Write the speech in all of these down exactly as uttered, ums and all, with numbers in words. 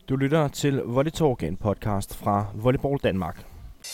Du lytter til Volley Talk, en podcast fra Volleyball Danmark.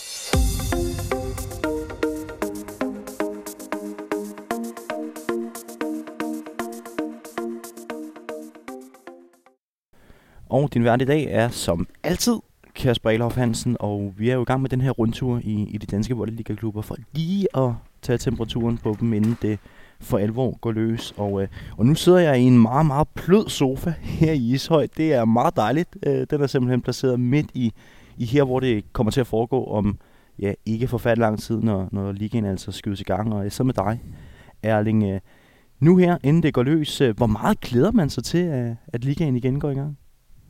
Og din vært i dag er som altid Kasper Elhoff Hansen, og vi er jo i gang med den her rundtur i, i de danske volleyligaklubber for lige at tage temperaturen på dem, inden det for alvor går løs. Og, øh, og nu sidder jeg i en meget, meget blød sofa her i Ishøj. Det er meget dejligt. Øh, den er simpelthen placeret midt i, i her, hvor det kommer til at foregå om ja, ikke forfærdelig lang tid, når, når ligaen altså skydes i gang. Og så med dig, Erling. Øh, nu her, inden det går løs, øh, hvor meget glæder man sig til, øh, at ligaen igen går i gang?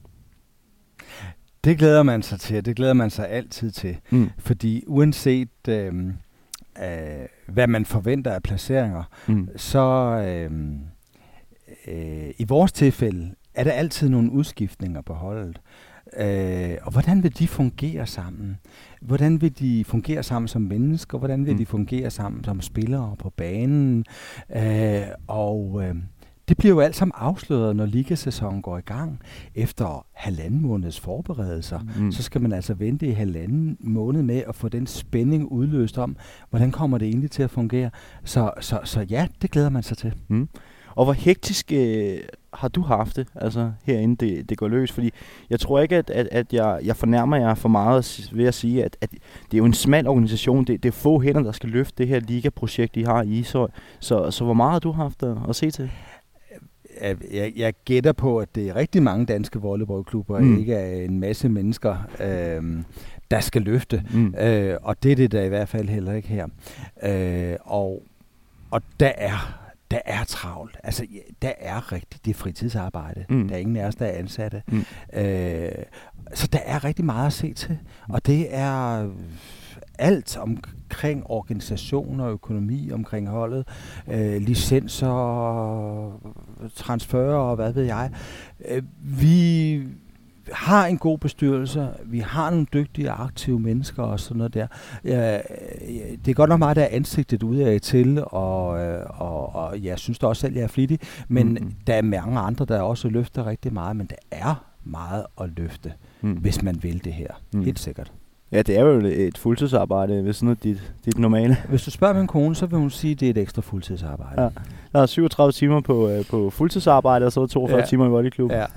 Det glæder man sig til, det glæder man sig altid til. Mm. Fordi uanset øh, øh, hvad man forventer af placeringer, mm. så øh, øh, i vores tilfælde er der altid nogle udskiftninger på holdet. Øh, og hvordan vil de fungere sammen? Hvordan vil de fungere sammen som mennesker? Hvordan vil mm. de fungere sammen som spillere på banen? Øh, og... Øh, Det bliver jo alt sammen afsløret, når ligasæsonen går i gang. Efter halvanden måneds forberedelser, mm. så skal man altså vente i halvanden måned med at få den spænding udløst om, hvordan kommer det egentlig til at fungere. Så, så, så ja, det glæder man sig til. Mm. Og hvor hektisk øh, har du haft det, altså herinde det, det går løs? Fordi jeg tror ikke, at, at, at jeg, jeg fornærmer jer for meget ved at sige, at, at det er jo en smal organisation. Det, det er få hænder, der skal løfte det her ligaprojekt, I har i Ishøj. Så, så hvor meget har du haft at, at se til? Jeg, jeg gætter på, at det er rigtig mange danske volleyballklubber, mm. ikke er en masse mennesker, øh, der skal løfte. Mm. Øh, og det er det der i hvert fald heller ikke her. Øh, og, og der er der er travlt. Altså, der er rigtig det fritidsarbejde. Mm. Der er ingen af os, der er ansatte. Mm. Øh, så der er rigtig meget at se til. Og det er alt omkring organisation og økonomi omkring holdet, øh, licenser, transfer og hvad ved jeg. Øh, vi har en god bestyrelse, vi har nogle dygtige, aktive mennesker og sådan noget der. Øh, det er godt nok meget, der er ansigtet udad til, og, og, og jeg synes da også selv, jeg er flittig, men mm-hmm. der er mange andre, der også løfter rigtig meget, men der er meget at løfte, mm. hvis man vil det her. Mm. Helt sikkert. Ja, det er jo et fuldtidsarbejde, hvis sådan noget dit, dit normale. Hvis du spørger min kone, så vil hun sige, at det er et ekstra fuldtidsarbejde. Ja. Der er syvogtredive timer på, øh, på fuldtidsarbejde, og så er der toogfyrre ja. timer i volleyklubben. Ja.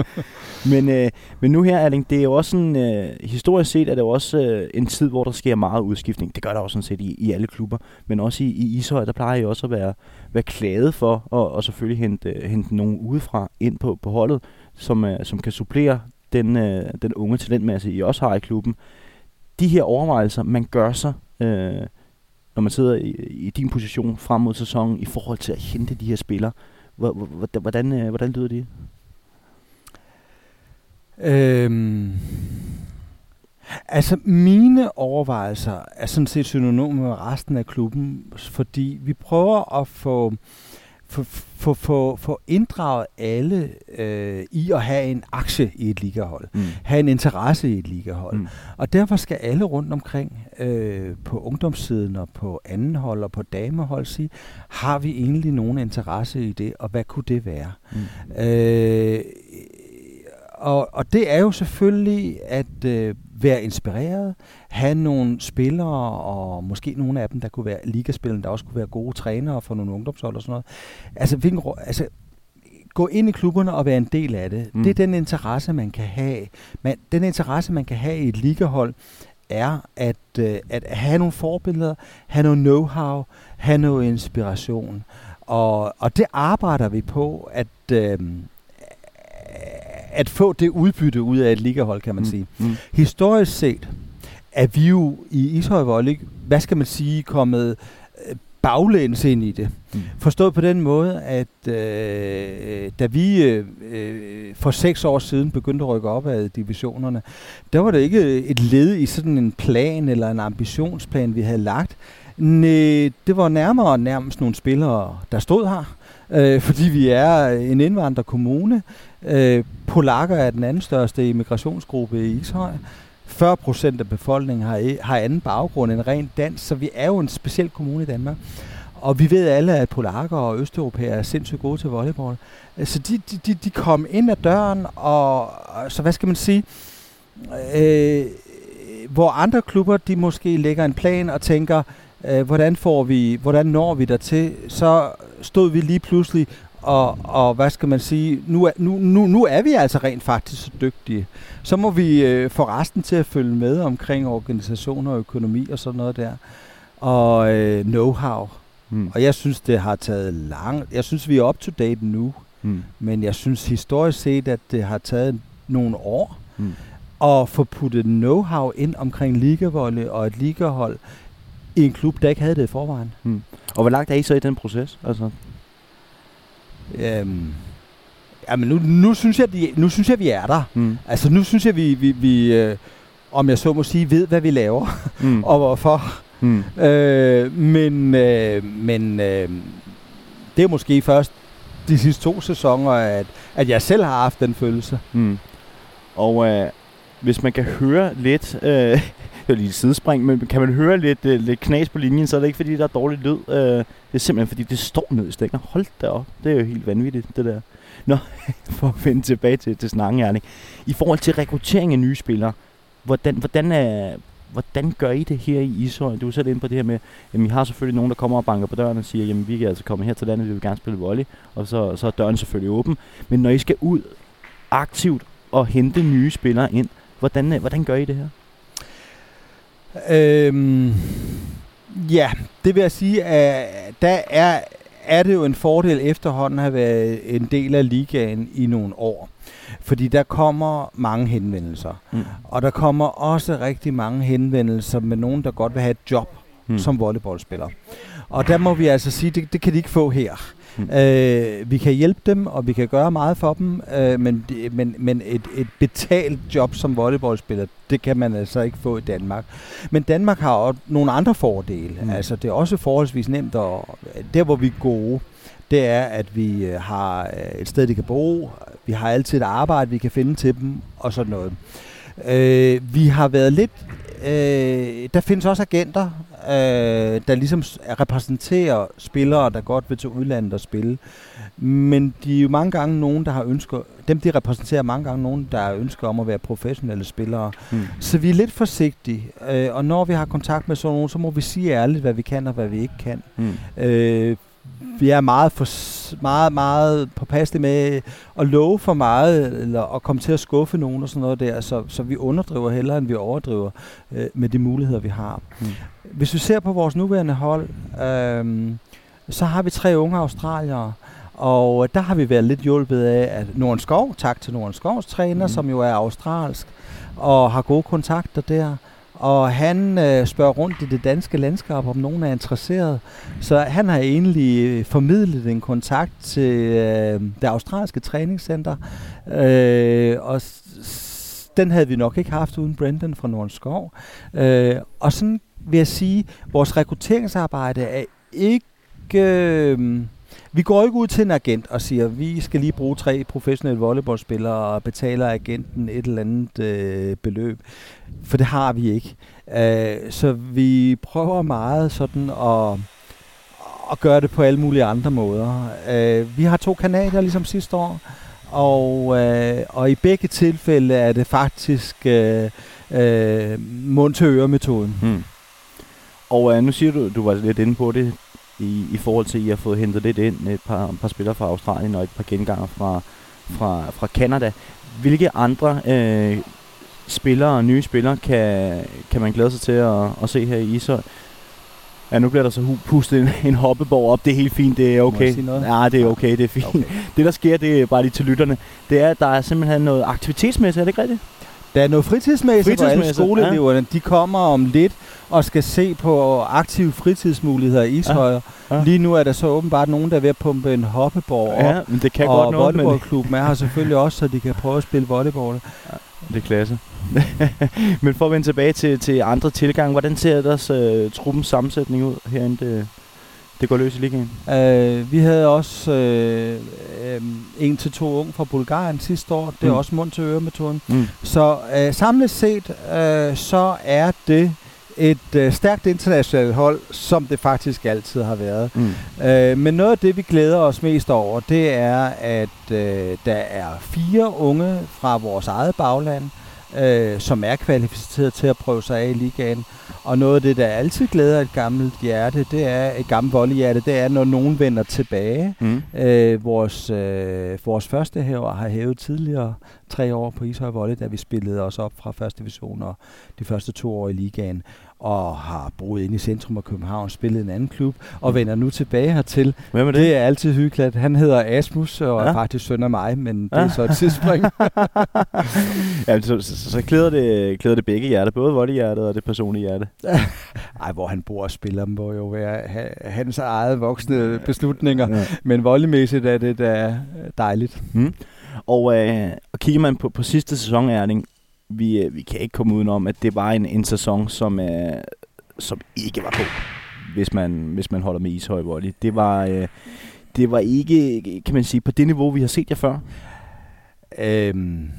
men, øh, men nu her, Erling, det er jo også sådan, øh, historisk set er det jo også øh, en tid, hvor der sker meget udskiftning. Det gør der også sådan set i, i alle klubber. Men også i, i Ishøj, der plejer jeg også at være, være glade for, og, og selvfølgelig hente, hente nogen udefra ind på, på holdet, som, øh, som kan supplere den, øh, den unge talentmasse, I også har i klubben. De her overvejelser, man gør sig, øh, når man sidder i, i din position frem mod sæsonen, i forhold til at hente de her spillere, hvordan, øh, hvordan lyder det? Øhm, altså, mine overvejelser er sådan set synonyme med resten af klubben, fordi vi prøver at få få, få, få, få inddraget alle øh, i at have en aktie i et ligahold, mm. have en interesse i et ligahold. Mm. Og derfor skal alle rundt omkring øh, på ungdomssiden og på anden hold og på damehold sige, har vi egentlig nogen interesse i det, og hvad kunne det være? Mm. Øh, og, og det er jo selvfølgelig at øh, være inspireret, have nogle spillere, og måske nogle af dem, der kunne være ligaspillere, der også kunne være gode trænere for nogle ungdomshold og sådan noget. Altså, hvilken, altså gå ind i klubberne og være en del af det. Mm. Det er den interesse, man kan have. Man, den interesse, man kan have i et ligahold, er at, øh, at have nogle forbilleder, have noget know-how, have noget inspiration. Og, og det arbejder vi på, at øh, at få det udbytte ud af et ligahold, kan man mm. sige. Mm. Historisk set er vi jo i Ishøj Volley, hvad skal man sige, kommet baglæns ind i det. Mm. Forstået på den måde, at øh, da vi øh, for seks år siden begyndte at rykke op af divisionerne, der var det ikke et led i sådan en plan eller en ambitionsplan, vi havde lagt. Næh, det var nærmere nærmest nogle spillere, der stod her, øh, fordi vi er en indvandrerkommune. Øh, polakker er den anden største immigrationsgruppe i Ishøj. fyrre procent af befolkningen har, har anden baggrund end rent dansk, så vi er jo en speciel kommune i Danmark. Og vi ved alle, at polakker og østeuropæere er sindssygt gode til volleyball. Så de, de, de, de kom ind ad døren, og så hvad skal man sige, øh, hvor andre klubber, de måske lægger en plan og tænker, øh, hvordan får vi, hvordan når vi dertil, så stod vi lige pludselig, og, og hvad skal man sige, nu er, nu, nu, nu er vi altså rent faktisk så dygtige. Så må vi øh, få resten til at følge med omkring organisationer og økonomi og sådan noget der. Og øh, know-how. Mm. Og jeg synes, det har taget langt. Jeg synes, vi er up to date nu. Mm. Men jeg synes historisk set, at det har taget nogle år mm. at få puttet know-how ind omkring ligavolley og et ligahold i en klub, der ikke havde det i forvejen. Mm. Og hvor langt er I så i den proces? Altså? Øhm, jamen nu, nu, synes jeg, de, nu synes jeg, vi er der. Mm. Altså nu synes jeg, vi, vi, vi øh, om jeg så må sige, ved, hvad vi laver mm. og hvorfor. Mm. Øh, men øh, men øh, det er måske først de sidste to sæsoner, at, at jeg selv har haft den følelse. Mm. Og øh, hvis man kan høre lidt, øh, det er lige et sidespring, men kan man høre lidt, øh, lidt knas på linjen, så er det ikke fordi, der er dårligt lyd. Øh, det er simpelthen fordi, det står ned i stænger. Hold da op, det er jo helt vanvittigt, det der. Nå, for at vende tilbage til, til snakken, Erling. I forhold til rekruttering af nye spillere, hvordan, hvordan er... Hvordan gør I det her i Ishøj? Du er selv inde på det her med, at I har selvfølgelig nogen, der kommer og banker på døren og siger, jamen vi kan altså komme her til landet, vi vil gerne spille volley, og så, så er døren selvfølgelig åben. Men når I skal ud aktivt og hente nye spillere ind, hvordan, hvordan gør I det her? Øhm, ja, det vil jeg sige, at der er, er det jo en fordel efterhånden at have været en del af ligaen i nogle år. Fordi der kommer mange henvendelser. Mm. Og der kommer også rigtig mange henvendelser med nogen, der godt vil have et job mm. som volleyballspiller. Og der må vi altså sige, det, det kan de ikke få her. Mm. Øh, vi kan hjælpe dem, og vi kan gøre meget for dem, øh, men, men, men et, et betalt job som volleyballspiller, det kan man altså ikke få i Danmark. Men Danmark har også nogle andre fordele. Mm. Altså, det er også forholdsvis nemt, og der hvor vi er gode, det er, at vi øh, har et sted, de kan bo. Vi har altid et arbejde, vi kan finde til dem, og sådan noget. Øh, vi har været lidt... Øh, der findes også agenter, øh, der ligesom repræsenterer spillere, der godt vil til udlandet og spille. Men de er jo mange gange nogen, der har ønsker... Dem, de repræsenterer mange gange nogen, der har ønsker om at være professionelle spillere. Mm. Så vi er lidt forsigtige. Øh, og når vi har kontakt med sådan nogen, så må vi sige ærligt, hvad vi kan og hvad vi ikke kan. Mm. Øh, Vi er meget, for, meget, meget påpasselige med at love for meget, eller at komme til at skuffe nogen og sådan noget der, så, så vi underdriver hellere, end vi overdriver øh, med de muligheder, vi har. Mm. Hvis vi ser på vores nuværende hold, øh, så har vi tre unge australiere, og der har vi været lidt hjulpet af at Norden Skov, tak til Norden Skovs træner, mm. som jo er australsk, og har gode kontakter der. Og han øh, spørger rundt i det danske landskab, om nogen er interesseret. Så han har egentlig formidlet en kontakt til øh, det australske træningscenter. Øh, og s- den havde vi nok ikke haft uden Brendan fra Norden Skov. Øh, og sådan vil jeg sige, vores rekrutteringsarbejde er ikke... Øh, vi går ikke ud til en agent og siger, at vi skal lige bruge tre professionelle volleyballspillere og betaler agenten et eller andet øh, beløb. For det har vi ikke. Uh, så vi prøver meget sådan at, at gøre det på alle mulige andre måder. Uh, vi har to kanadier ligesom sidste år, og, uh, og i begge tilfælde er det faktisk uh, uh, mund-til-øre-metoden. Hmm. Og uh, nu siger du, du var lidt inde på det, i, i forhold til, at I har fået hentet lidt ind, et par, par spillere fra Australien og et par genganger fra, fra, fra Canada. Hvilke andre øh, spillere, nye spillere, kan, kan man glæde sig til at, at se her i Ishøj? Ja, nu bliver der så pustet en, en hoppeborg op. Det er helt fint, det er okay. Ja, det er okay, det er fint. Okay. Det, der sker, det er bare lige til lytterne, det er, at der er simpelthen noget aktivitetsmæssigt, er det ikke rigtigt? Der er noget fritidsmæssigt, hvor alle skoleeleverne, ja. De kommer om lidt og skal se på aktive fritidsmuligheder i Ishøj. Ja. Ja. Lige nu er der så åbenbart nogen, der er ved at pumpe en hoppeborg op. Ja, men det kan og godt noget. Og volleyballklubben er her selvfølgelig også, så de kan prøve at spille volleyball. Ja, det er klasse. Men for at vende tilbage til, til andre tilgange, hvordan ser deres uh, truppens sammensætning ud herinde? Det, det går løs i ligaen. Uh, vi havde også uh, um, en til to unge fra Bulgarien sidste år. Det er mm. også mund-til-øre-metoden. Mm. Så uh, samlet set, uh, så er det et øh, stærkt internationalt hold, som det faktisk altid har været. Mm. Øh, men noget af det, vi glæder os mest over, det er, at øh, der er fire unge fra vores eget bagland, øh, som er kvalificeret til at prøve sig af i ligaen. Og noget af det, der altid glæder et gammelt hjerte, det er et gammelt volleyhjerte, det er, når nogen vender tilbage. Mm. Øh, vores, øh, vores første hæver har hævet tidligere tre år på Ishøj Volley, da vi spillede os op fra første division og de første to år i ligaen, og har boet inde i centrum af København, spillet en anden klub, og vender nu tilbage hertil. Hvem er det? Det er altid hyggeligt. Han hedder Asmus, og ja. er faktisk søn af mig, men det er ja. så et tidsspring. Ja, så, så, så klæder det, klæder det begge hjerter, både volleyhjertet og det personlige hjerte. Ej, hvor han bor og spiller, må jo være ha, hans eget voksne beslutninger, ja. Men volleymæssigt er det da dejligt. Mm. Og, øh, og kigger man på, på sidste sæson, Erling, vi, vi kan ikke komme udenom, at det var en, en sæson, som, øh, som ikke var god, hvis man, hvis man holder med Ishøj Volley. Det var, øh, det var ikke, kan man sige, på det niveau, vi har set jer før. Øhm,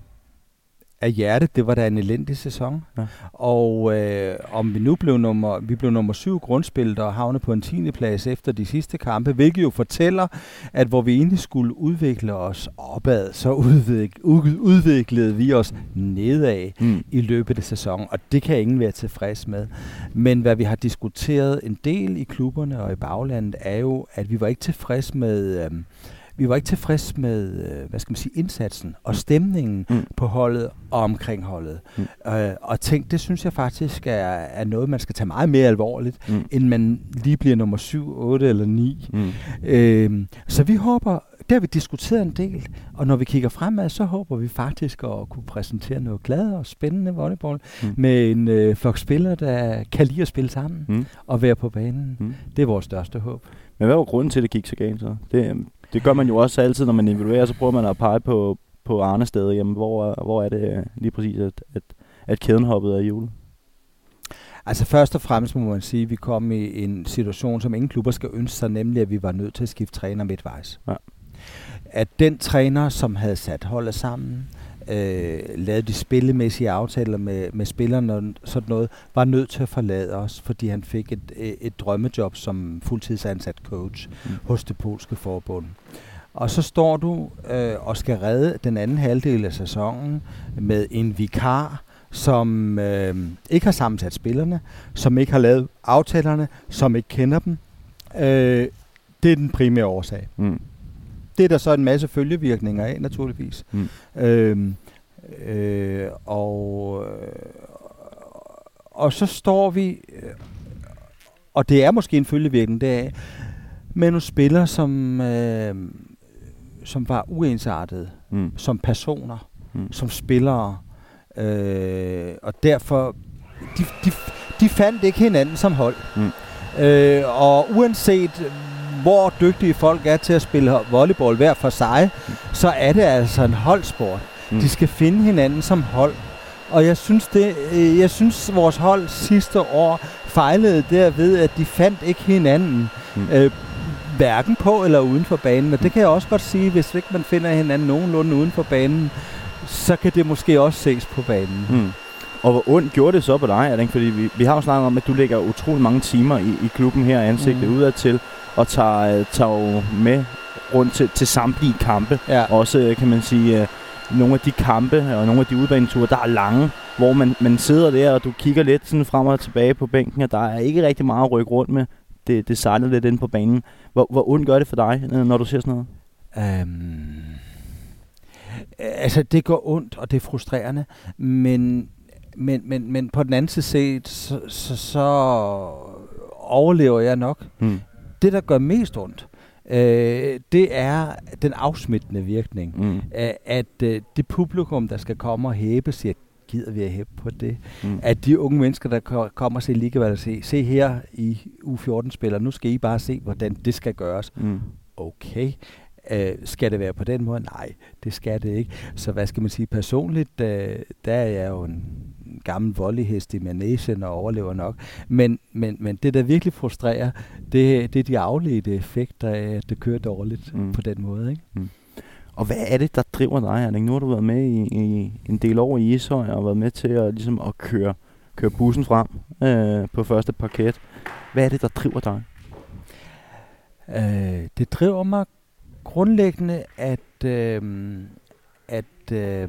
af hjertet, det var da en elendig sæson. Ja. Og øh, om vi nu blev nummer, vi blev nummer syv grundspillet og havnede på en tiende plads efter de sidste kampe, hvilket jo fortæller, at hvor vi egentlig skulle udvikle os opad, så udvik, udviklede vi os nedad mm. i løbet af sæsonen, og det kan ingen være tilfreds med. Men hvad vi har diskuteret en del i klubberne og i baglandet, er jo, at vi var ikke tilfreds med... Øh, Vi var ikke tilfreds med, hvad skal man sige, indsatsen og stemningen mm. på holdet og omkring holdet. Mm. Øh, og tænk, det synes jeg faktisk er, er noget, man skal tage meget mere alvorligt, mm. end man lige bliver nummer syv, otte eller ni. Mm. Øh, så vi håber, det har vi diskuteret en del, og når vi kigger fremad, så håber vi faktisk at kunne præsentere noget glad og spændende volleyball mm. med en øh, flok spillere, der kan lide at spille sammen mm. og være på banen. Mm. Det er vores største håb. Men hvad var grunden til, at det gik så galt så? Det, det gør man jo også altid, når man evaluerer, så prøver man at pege på, på Arne-stedet. Jamen, hvor, hvor er det lige præcis, at, at, at kæden hoppede af hjulet? Altså først og fremmest må man sige, at vi kom i en situation, som ingen klubber skal ønske sig, nemlig at vi var nødt til at skifte træner midtvejs. Ja. At den træner, som havde sat holdet sammen, øh, lavede de spillemæssige aftaler med, med spillerne og sådan noget, var nødt til at forlade os, fordi han fik et, et, et drømmejob som fuldtidsansat coach mm. hos det polske forbund. Og så står du øh, og skal redde den anden halvdel af sæsonen med en vikar, som øh, ikke har sammensat spillerne, som ikke har lavet aftalerne, som ikke kender dem. Øh, det er den primære årsag. Mm. Det er der så en masse følgevirkninger af, naturligvis. Mm. Øhm, øh, og, og så står vi, øh, og det er måske en følgevirkning deraf, med nogle spillere, som, øh, som var uensartede, mm. som personer, mm. som spillere. Øh, og derfor, de, de, de fandt ikke hinanden som hold. Mm. Øh, og uanset hvor dygtige folk er til at spille volleyball hver for sig, mm. så er det altså en holdsport. Mm. De skal finde hinanden som hold. Og jeg synes, det, jeg synes vores hold sidste år fejlede derved, at de fandt ikke hinanden, mm. øh, hverken på eller uden for banen. Og det kan jeg også godt sige, hvis ikke man finder hinanden nogenlunde uden for banen, så kan det måske også ses på banen. Mm. Og hvor ondt gjorde det så på dig, Erling? Fordi vi, vi har jo snakket om, at du lægger utrolig mange timer i, i klubben her, ansigtet mm. udad til, og tager, tager med rundt til, til samtlige kampe. Ja. Også, kan man sige, nogle af de kampe og nogle af de udbaneture, der er lange, hvor man, man sidder der, og du kigger lidt sådan frem og tilbage på bænken, og der er ikke rigtig meget at rykke rundt med. Det, det sejler lidt ind på banen. Hvor, hvor ondt gør det for dig, når du ser sådan noget? Um, altså, det går ondt, og det er frustrerende, men... Men, men, men på den anden side set, så, så, så overlever jeg nok. Mm. Det, der gør mest ondt, øh, det er den afsmittende virkning. Mm. At, at øh, det publikum, der skal komme og hæbe, siger, gider vi at hæbe på det? Mm. At de unge mennesker, der kommer og ser ligevel og se, se her i U fjorten-spiller, nu skal I bare se, hvordan det skal gøres. Mm. Okay. Uh, skal det være på den måde? Nej, det skal det ikke. Så hvad skal man sige? Personligt, uh, der er jeg jo en gammel volleyhest i managen og overlever nok. Men, men, men det, der virkelig frustrerer, det, det er de afledte effekter af, at det kører dårligt mm. på den måde. Ikke? Mm. Og hvad er det, der driver dig, Erling? Nu har du været med i, i en del år i Ishøj og været med til at, ligesom, at køre, køre bussen frem. øh, på første parket. Hvad er det, der driver dig? Øh, det driver mig grundlæggende, at, øh, at øh,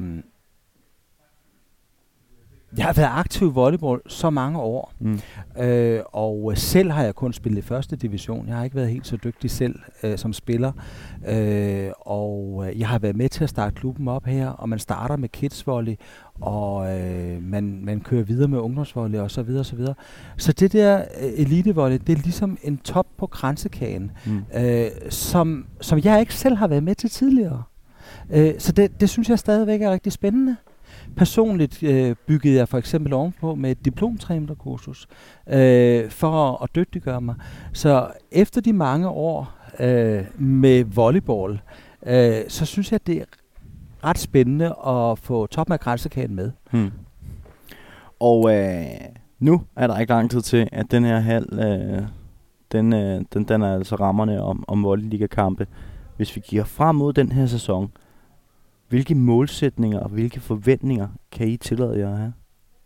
jeg har været aktiv i volleyball så mange år, mm. øh, og selv har jeg kun spillet i første division. Jeg har ikke været helt så dygtig selv øh, som spiller, øh, og jeg har været med til at starte klubben op her, og man starter med kidsvolley, og øh, man, man kører videre med ungdomsvolley og så videre, så videre. Så det der øh, elitevolley, det er ligesom en top på kransekagen, mm. øh, som, som jeg ikke selv har været med til tidligere. Øh, så det, det synes jeg stadigvæk er rigtig spændende. Personligt øh, byggede jeg for eksempel ovenpå med et diplomtrænerkursus øh, for at dygtiggøre mig. Så efter de mange år øh, med volleyball, øh, så synes jeg, det er ret spændende at få toppen af kransekagen med. Hmm. Og øh, nu er der ikke lang tid til, at den her halv, øh, den, øh, den, den er altså rammerne om, om volleyliga-kampe. Hvis vi kigger frem mod den her sæson, hvilke målsætninger og hvilke forventninger kan I tillade jer at have?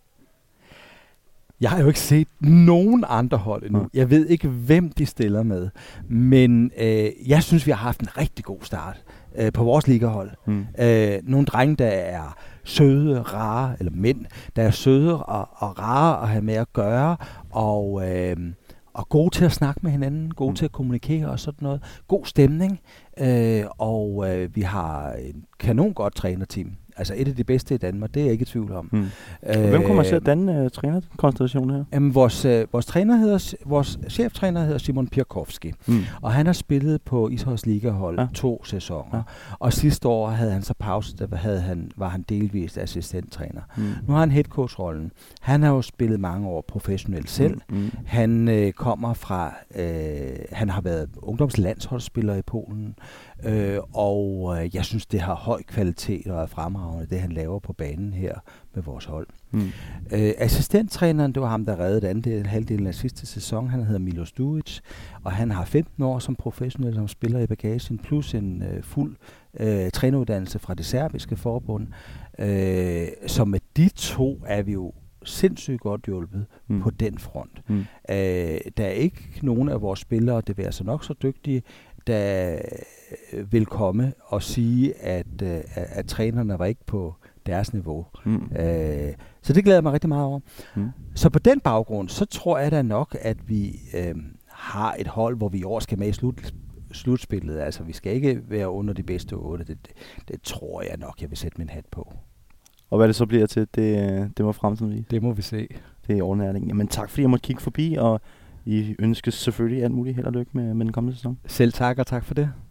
Jeg har jo ikke set nogen andre hold endnu. Ja. Jeg ved ikke, hvem de stiller med. Men øh, jeg synes, vi har haft en rigtig god start øh, på vores ligahold. Mm. Øh, nogle drenge, der er søde, rare, eller mænd, der er søde og, og rare at have med at gøre, og... Øh, Og gode til at snakke med hinanden, gode mm. til at kommunikere og sådan noget. God stemning, øh, og øh, vi har en kanon godt trænerteam. Altså et af de bedste i Danmark, det er jeg ikke i tvivl om. Mm. Øh, Hvem kommer til at danne uh, trænerkonstellationen her? Jamen, vores, øh, vores, træner hedder, vores cheftræner hedder Simon Pirkowski, mm. og han har spillet på Ishøjs Ligahold ja. to sæsoner. Ja. Og sidste år havde han så pause, der havde han, var han delvist assistenttræner. Mm. Nu har han headcoach-rollen. Han har jo spillet mange år professionelt selv. Mm. Mm. Han øh, kommer fra, øh, han har været ungdomslandsholdsspiller i Polen, øh, og øh, jeg synes, det har høj kvalitet og er fremragende, det han laver på banen her med vores hold. Mm. Øh, assistenttræneren, det var ham, der reddede anden halvdelen af sidste sæson. Han hedder Milos Dujic, og han har femten år som professionel, som spiller i bagagen, plus en øh, fuld øh, træneruddannelse fra det serbiske forbund. Øh, så med de to er vi jo sindssygt godt hjulpet mm. på den front. Mm. Øh, der er ikke nogen af vores spillere, det vil altså nok så dygtige, der vil komme og sige, at, at, at trænerne var ikke på deres niveau. Mm. Øh, så det glæder jeg mig rigtig meget over. Mm. Så på den baggrund, så tror jeg da nok, at vi øh, har et hold, hvor vi i år skal med i slut, slutspillet. Altså, vi skal ikke være under de bedste otte. Det, det, det tror jeg nok, jeg vil sætte min hat på. Og hvad det så bliver til, det, det må fremtiden vise. Det må vi se. Det er i ordnærning. Jamen tak, fordi jeg måtte kigge forbi, og I ønskes selvfølgelig alt muligt held og lykke med, med den kommende sæson. Selv tak, og tak for det.